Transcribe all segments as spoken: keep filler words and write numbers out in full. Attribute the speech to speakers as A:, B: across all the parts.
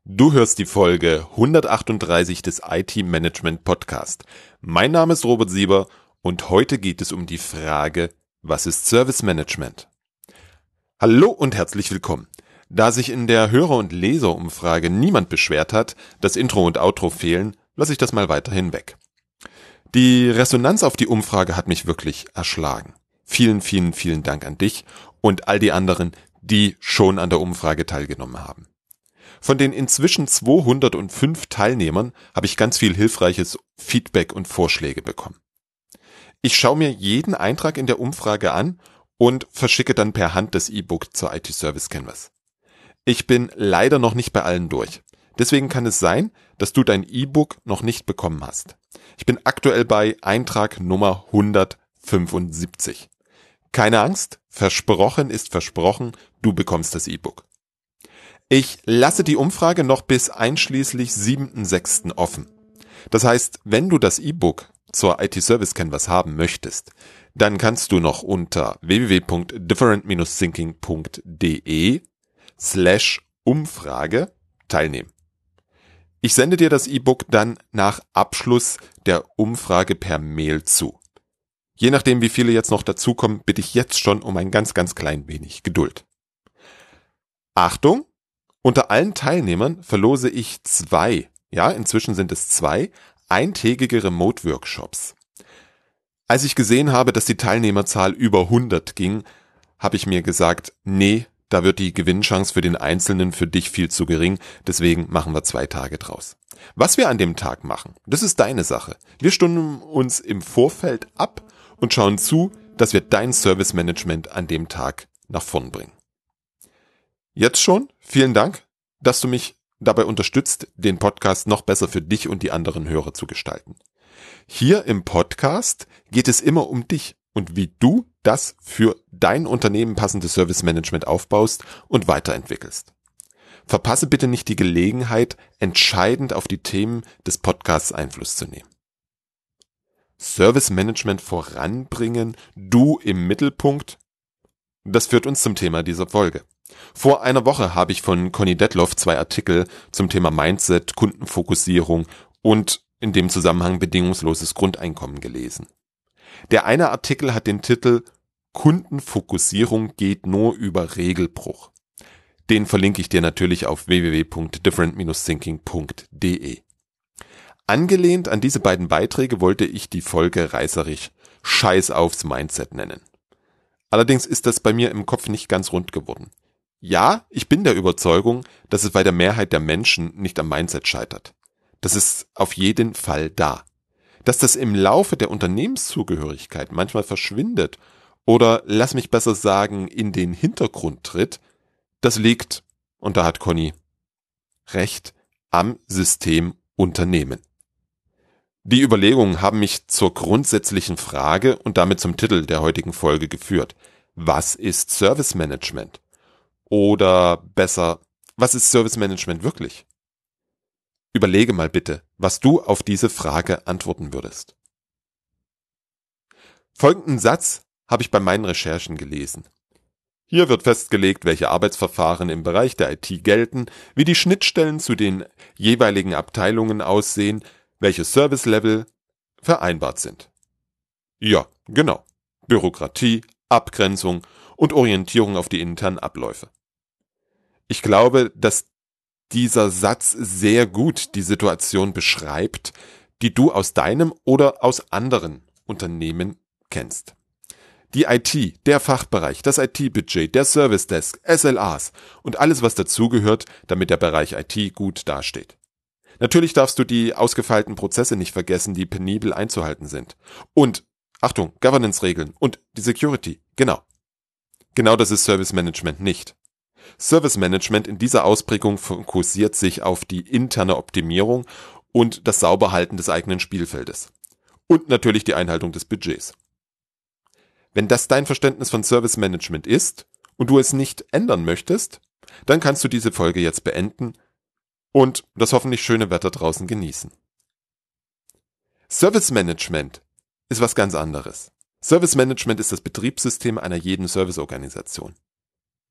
A: Du hörst die Folge hundertachtunddreißig des I T Management Podcast. Mein Name ist Robert Sieber und heute geht es um die Frage, was ist Service Management? Hallo und herzlich willkommen. Da sich in der Hörer- und Leserumfrage niemand beschwert hat, dass Intro und Outro fehlen, lasse ich das mal weiterhin weg. Die Resonanz auf die Umfrage hat mich wirklich erschlagen. Vielen, vielen, vielen Dank an dich und all die anderen, die schon an der Umfrage teilgenommen haben. Von den inzwischen zweihundertfünf Teilnehmern habe ich ganz viel hilfreiches Feedback und Vorschläge bekommen. Ich schaue mir jeden Eintrag in der Umfrage an und verschicke dann per Hand das E-Book zur I T Service Canvas. Ich bin leider noch nicht bei allen durch. Deswegen kann es sein, dass du dein E-Book noch nicht bekommen hast. Ich bin aktuell bei Eintrag Nummer hundertfünfundsiebzig. Keine Angst, versprochen ist versprochen, du bekommst das E-Book. Ich lasse die Umfrage noch bis einschließlich siebten sechsten offen. Das heißt, wenn du das E-Book zur I T Service Canvas haben möchtest, dann kannst du noch unter w w w punkt different dash thinking punkt de slash Umfrage teilnehmen. Ich sende dir das E-Book dann nach Abschluss der Umfrage per Mail zu. Je nachdem, wie viele jetzt noch dazukommen, bitte ich jetzt schon um ein ganz, ganz klein wenig Geduld. Achtung! Unter allen Teilnehmern verlose ich zwei, ja, inzwischen sind es zwei, eintägige Remote-Workshops. Als ich gesehen habe, dass die Teilnehmerzahl über hundert ging, habe ich mir gesagt, nee, da wird die Gewinnchance für den Einzelnen für dich viel zu gering, deswegen machen wir zwei Tage draus. Was wir an dem Tag machen, das ist deine Sache. Wir stimmen uns im Vorfeld ab und schauen zu, dass wir dein Service Management an dem Tag nach vorn bringen. Jetzt schon, vielen Dank, dass du mich dabei unterstützt, den Podcast noch besser für dich und die anderen Hörer zu gestalten. Hier im Podcast geht es immer um dich und wie du das für dein Unternehmen passende Service Management aufbaust und weiterentwickelst. Verpasse bitte nicht die Gelegenheit, entscheidend auf die Themen des Podcasts Einfluss zu nehmen. Service Management voranbringen, du im Mittelpunkt, das führt uns zum Thema dieser Folge. Vor einer Woche habe ich von Conny Detloff zwei Artikel zum Thema Mindset, Kundenfokussierung und in dem Zusammenhang bedingungsloses Grundeinkommen gelesen. Der eine Artikel hat den Titel Kundenfokussierung geht nur über Regelbruch. Den verlinke ich dir natürlich auf w w w punkt different dash thinking punkt de. Angelehnt an diese beiden Beiträge wollte ich die Folge reißerisch Scheiß aufs Mindset nennen. Allerdings ist das bei mir im Kopf nicht ganz rund geworden. Ja, ich bin der Überzeugung, dass es bei der Mehrheit der Menschen nicht am Mindset scheitert. Das ist auf jeden Fall da. Dass das im Laufe der Unternehmenszugehörigkeit manchmal verschwindet oder, lass mich besser sagen, in den Hintergrund tritt, das liegt, und da hat Conny recht, am System Unternehmen. Die Überlegungen haben mich zur grundsätzlichen Frage und damit zum Titel der heutigen Folge geführt. Was ist Service Management? Oder besser, was ist Service Management wirklich? Überlege mal bitte, was du auf diese Frage antworten würdest. Folgenden Satz habe ich bei meinen Recherchen gelesen. Hier wird festgelegt, welche Arbeitsverfahren im Bereich der I T gelten, wie die Schnittstellen zu den jeweiligen Abteilungen aussehen, welche Service-Level vereinbart sind. Ja, genau. Bürokratie, Abgrenzung und Orientierung auf die internen Abläufe. Ich glaube, dass dieser Satz sehr gut die Situation beschreibt, die du aus deinem oder aus anderen Unternehmen kennst. Die I T, der Fachbereich, das I T-Budget, der Service Desk, S L As und alles, was dazugehört, damit der Bereich I T gut dasteht. Natürlich darfst du die ausgefeilten Prozesse nicht vergessen, die penibel einzuhalten sind. Und, Achtung, Governance-Regeln und die Security, genau. Genau das ist Service Management nicht. Service Management in dieser Ausprägung fokussiert sich auf die interne Optimierung und das Sauberhalten des eigenen Spielfeldes. Und natürlich die Einhaltung des Budgets. Wenn das dein Verständnis von Service Management ist und du es nicht ändern möchtest, dann kannst du diese Folge jetzt beenden und das hoffentlich schöne Wetter draußen genießen. Service Management ist was ganz anderes. Service Management ist das Betriebssystem einer jeden Serviceorganisation.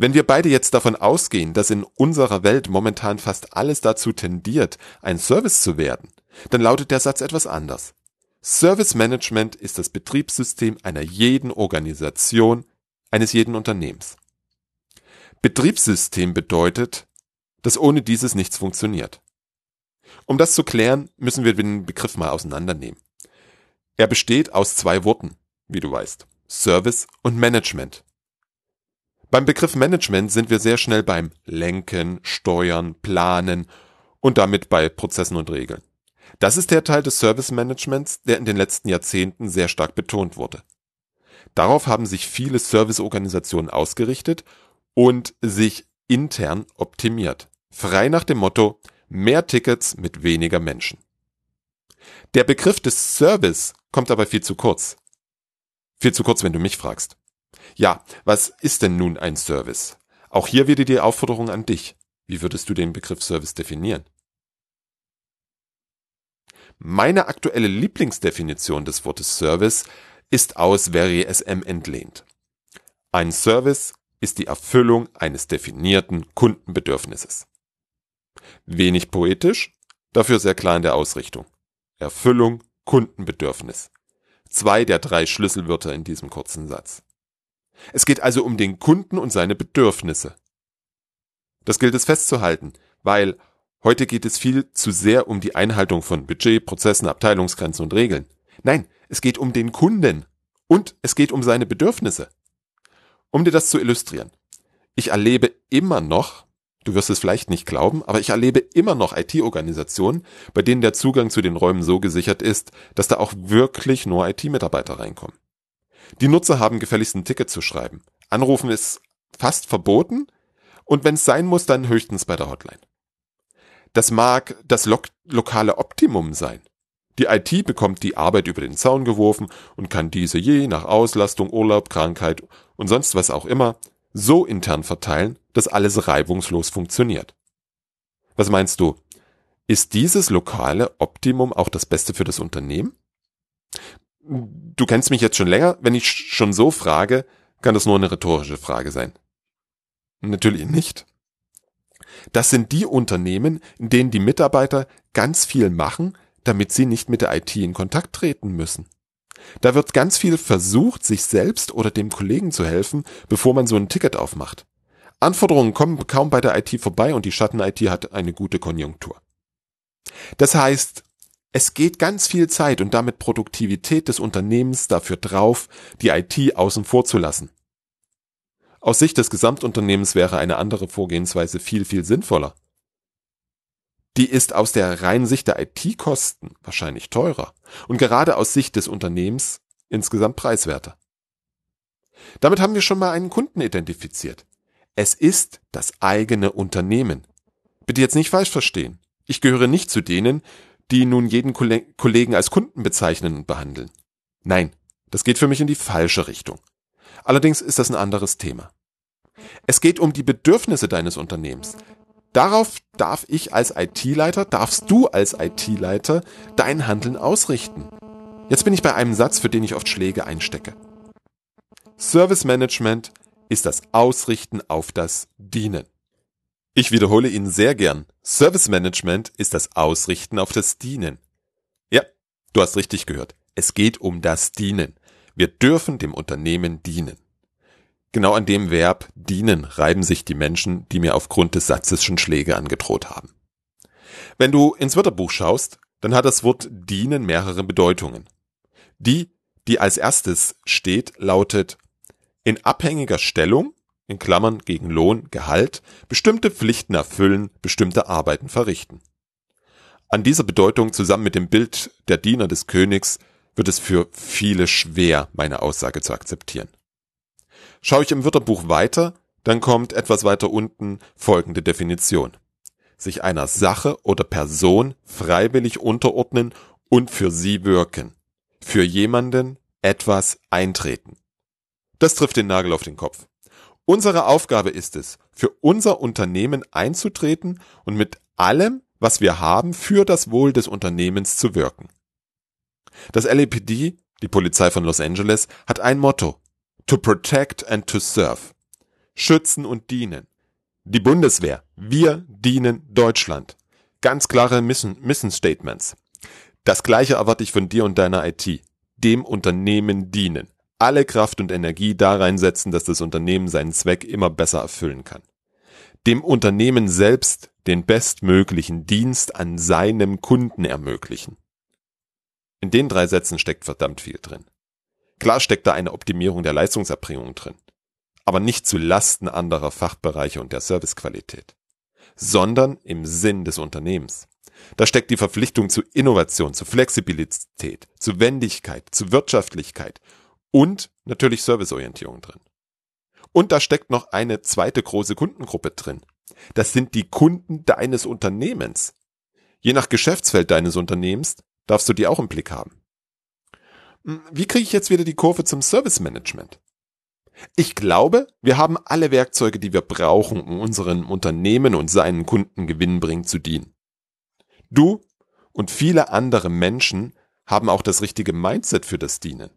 A: Wenn wir beide jetzt davon ausgehen, dass in unserer Welt momentan fast alles dazu tendiert, ein Service zu werden, dann lautet der Satz etwas anders. Service Management ist das Betriebssystem einer jeden Organisation, eines jeden Unternehmens. Betriebssystem bedeutet, dass ohne dieses nichts funktioniert. Um das zu klären, müssen wir den Begriff mal auseinandernehmen. Er besteht aus zwei Worten, wie du weißt, Service und Management. Beim Begriff Management sind wir sehr schnell beim Lenken, Steuern, Planen und damit bei Prozessen und Regeln. Das ist der Teil des Service Managements, der in den letzten Jahrzehnten sehr stark betont wurde. Darauf haben sich viele Serviceorganisationen ausgerichtet und sich intern optimiert. Frei nach dem Motto, mehr Tickets mit weniger Menschen. Der Begriff des Service kommt aber viel zu kurz. Viel zu kurz, wenn du mich fragst. Ja, was ist denn nun ein Service? Auch hier wieder die Aufforderung an dich. Wie würdest du den Begriff Service definieren? Meine aktuelle Lieblingsdefinition des Wortes Service ist aus Very S M entlehnt. Ein Service ist die Erfüllung eines definierten Kundenbedürfnisses. Wenig poetisch, dafür sehr klar in der Ausrichtung. Erfüllung, Kundenbedürfnis. Zwei der drei Schlüsselwörter in diesem kurzen Satz. Es geht also um den Kunden und seine Bedürfnisse. Das gilt es festzuhalten, weil heute geht es viel zu sehr um die Einhaltung von Budget, Prozessen, Abteilungsgrenzen und Regeln. Nein, es geht um den Kunden und es geht um seine Bedürfnisse. Um dir das zu illustrieren. Ich erlebe immer noch, du wirst es vielleicht nicht glauben, aber ich erlebe immer noch I T-Organisationen, bei denen der Zugang zu den Räumen so gesichert ist, dass da auch wirklich nur I T-Mitarbeiter reinkommen. Die Nutzer haben gefälligst ein Ticket zu schreiben. Anrufen ist fast verboten und wenn es sein muss, dann höchstens bei der Hotline. Das mag das lo- lokale Optimum sein. Die I T bekommt die Arbeit über den Zaun geworfen und kann diese je nach Auslastung, Urlaub, Krankheit und sonst was auch immer so intern verteilen, dass alles reibungslos funktioniert. Was meinst du? Ist dieses lokale Optimum auch das Beste für das Unternehmen? Du kennst mich jetzt schon länger. Wenn ich schon so frage, kann das nur eine rhetorische Frage sein. Natürlich nicht. Das sind die Unternehmen, in denen die Mitarbeiter ganz viel machen, damit sie nicht mit der I T in Kontakt treten müssen. Da wird ganz viel versucht, sich selbst oder dem Kollegen zu helfen, bevor man so ein Ticket aufmacht. Anforderungen kommen kaum bei der I T vorbei und die Schatten-I T hat eine gute Konjunktur. Das heißt, es geht ganz viel Zeit und damit Produktivität des Unternehmens dafür drauf, die I T außen vor zu lassen. Aus Sicht des Gesamtunternehmens wäre eine andere Vorgehensweise viel, viel sinnvoller. Die ist aus der reinen Sicht der I T-Kosten wahrscheinlich teurer und gerade aus Sicht des Unternehmens insgesamt preiswerter. Damit haben wir schon mal einen Kunden identifiziert. Es ist das eigene Unternehmen. Bitte jetzt nicht falsch verstehen. Ich gehöre nicht zu denen, die nun jeden Kollegen als Kunden bezeichnen und behandeln. Nein, das geht für mich in die falsche Richtung. Allerdings ist das ein anderes Thema. Es geht um die Bedürfnisse deines Unternehmens. Darauf darf ich als I T-Leiter, darfst du als I T-Leiter dein Handeln ausrichten. Jetzt bin ich bei einem Satz, für den ich oft Schläge einstecke. Service Management ist das Ausrichten auf das Dienen. Ich wiederhole ihn sehr gern. Service Management ist das Ausrichten auf das Dienen. Ja, du hast richtig gehört. Es geht um das Dienen. Wir dürfen dem Unternehmen dienen. Genau an dem Verb dienen reiben sich die Menschen, die mir aufgrund des Satzes schon Schläge angedroht haben. Wenn du ins Wörterbuch schaust, dann hat das Wort dienen mehrere Bedeutungen. Die, die als erstes steht, lautet in abhängiger Stellung, in Klammern gegen Lohn, Gehalt, bestimmte Pflichten erfüllen, bestimmte Arbeiten verrichten. An dieser Bedeutung zusammen mit dem Bild der Diener des Königs wird es für viele schwer, meine Aussage zu akzeptieren. Schaue ich im Wörterbuch weiter, dann kommt etwas weiter unten folgende Definition. Sich einer Sache oder Person freiwillig unterordnen und für sie wirken. Für jemanden etwas eintreten. Das trifft den Nagel auf den Kopf. Unsere Aufgabe ist es, für unser Unternehmen einzutreten und mit allem, was wir haben, für das Wohl des Unternehmens zu wirken. Das L A P D, die Polizei von Los Angeles, hat ein Motto: To protect and to serve. schützen und dienen. Die Bundeswehr, wir dienen Deutschland. Ganz klare Mission, Mission Statements. Das Gleiche erwarte ich von dir und deiner I T. Dem Unternehmen dienen. Alle Kraft und Energie da reinsetzen, dass das Unternehmen seinen Zweck immer besser erfüllen kann. Dem Unternehmen selbst den bestmöglichen Dienst an seinem Kunden ermöglichen. In den drei Sätzen steckt verdammt viel drin. Klar steckt da eine Optimierung der Leistungserbringung drin, aber nicht zu Lasten anderer Fachbereiche und der Servicequalität, sondern im Sinn des Unternehmens. Da steckt die Verpflichtung zu Innovation, zu Flexibilität, zu Wendigkeit, zu Wirtschaftlichkeit und natürlich Serviceorientierung drin. Und da steckt noch eine zweite große Kundengruppe drin. Das sind die Kunden deines Unternehmens. Je nach Geschäftsfeld deines Unternehmens darfst du die auch im Blick haben. Wie kriege ich jetzt wieder die Kurve zum Service Management? Ich glaube, wir haben alle Werkzeuge, die wir brauchen, um unserem Unternehmen und seinen Kunden gewinnbringend zu dienen. Du und viele andere Menschen haben auch das richtige Mindset für das Dienen.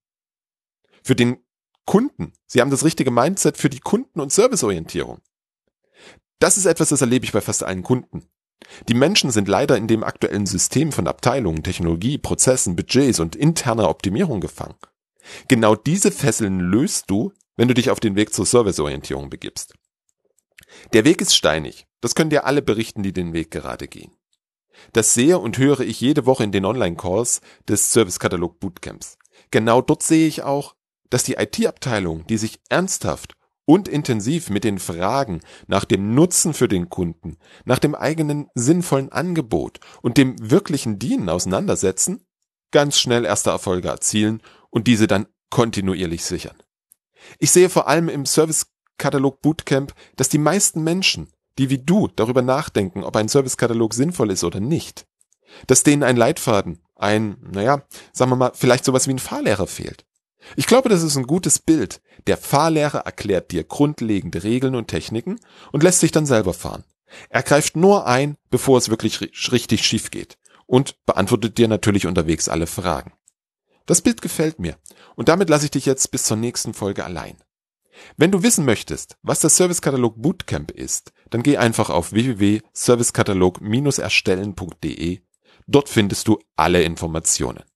A: Für den Kunden. Sie haben das richtige Mindset für die Kunden- und Serviceorientierung. Das ist etwas, das erlebe ich bei fast allen Kunden. Die Menschen sind leider in dem aktuellen System von Abteilungen, Technologie, Prozessen, Budgets und interner Optimierung gefangen. Genau diese Fesseln löst du, wenn du dich auf den Weg zur Serviceorientierung begibst. Der Weg ist steinig. Das können dir alle berichten, die den Weg gerade gehen. Das sehe und höre ich jede Woche in den Online-Calls des Service-Katalog Bootcamps. Genau dort sehe ich auch, dass die I T-Abteilung, die sich ernsthaft und intensiv mit den Fragen nach dem Nutzen für den Kunden, nach dem eigenen sinnvollen Angebot und dem wirklichen Dienen auseinandersetzen, ganz schnell erste Erfolge erzielen und diese dann kontinuierlich sichern. Ich sehe vor allem im Service-Katalog Bootcamp, dass die meisten Menschen, die wie du darüber nachdenken, ob ein Service-Katalog sinnvoll ist oder nicht, dass denen ein Leitfaden, ein, naja, sagen wir mal, vielleicht sowas wie ein Fahrlehrer fehlt. Ich glaube, das ist ein gutes Bild. Der Fahrlehrer erklärt dir grundlegende Regeln und Techniken und lässt sich dann selber fahren. Er greift nur ein, bevor es wirklich richtig schief geht und beantwortet dir natürlich unterwegs alle Fragen. Das Bild gefällt mir und damit lasse ich dich jetzt bis zur nächsten Folge allein. Wenn du wissen möchtest, was das Service-Katalog Bootcamp ist, dann geh einfach auf w w w punkt servicekatalog erstellen punkt de. Dort findest du alle Informationen.